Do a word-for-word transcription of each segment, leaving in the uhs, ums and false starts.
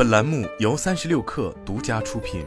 本栏目由三十六氪独家出品。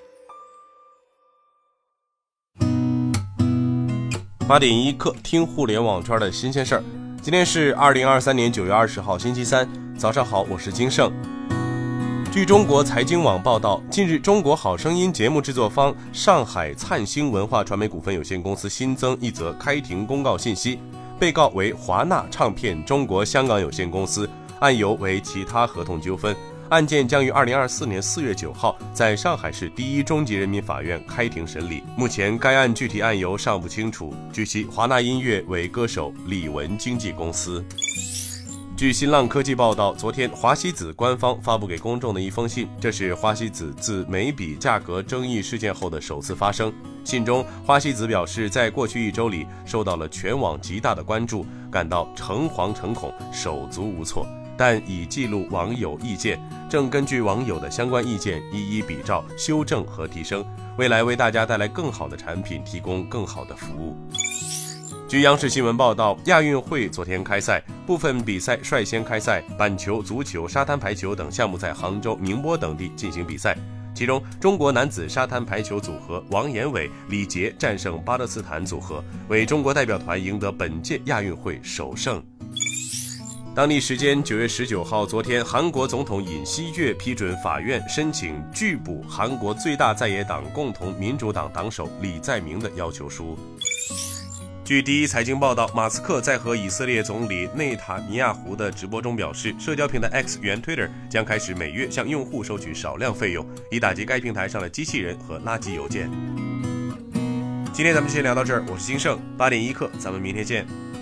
八点一刻，听互联网圈的新鲜事儿。今天是二零二三年九月二十号，星期三，早上好，我是金盛。据中国财经网报道，近日中国好声音节目制作方上海灿星文化传媒股份有限公司新增一则开庭公告信息，被告为华纳唱片中国香港有限公司，案由为其他合同纠纷。案件将于二零二四年四月九号在上海市第一中级人民法院开庭审理。目前该案具体案由尚不清楚。据悉，华纳音乐为歌手李玟经纪公司。据新浪科技报道，昨天华西子官方发布给公众的一封信，这是华西子自眉笔价格争议事件后的首次发声。信中，华西子表示，在过去一周里受到了全网极大的关注，感到诚惶诚恐，手足无措，但已记录网友意见，正根据网友的相关意见一一比照、修正和提升，未来为大家带来更好的产品，提供更好的服务。据央视新闻报道，亚运会昨天开赛，部分比赛率先开赛，板球、足球、沙滩排球等项目在杭州、宁波等地进行比赛。其中，中国男子沙滩排球组合王岩伟、李杰战胜巴勒斯坦组合，为中国代表团赢得本届亚运会首胜。当地时间九月十九号，昨天韩国总统尹锡悦批准法院申请拒捕韩国最大在野党共同民主党党首李在明的要求书。据第一财经报道，马斯克在和以色列总理内塔尼亚胡的直播中表示，社交平台 X 原 Twitter 将开始每月向用户收取少量费用，以打击该平台上的机器人和垃圾邮件。今天咱们先聊到这儿，我是金盛，八点一刻，咱们明天见。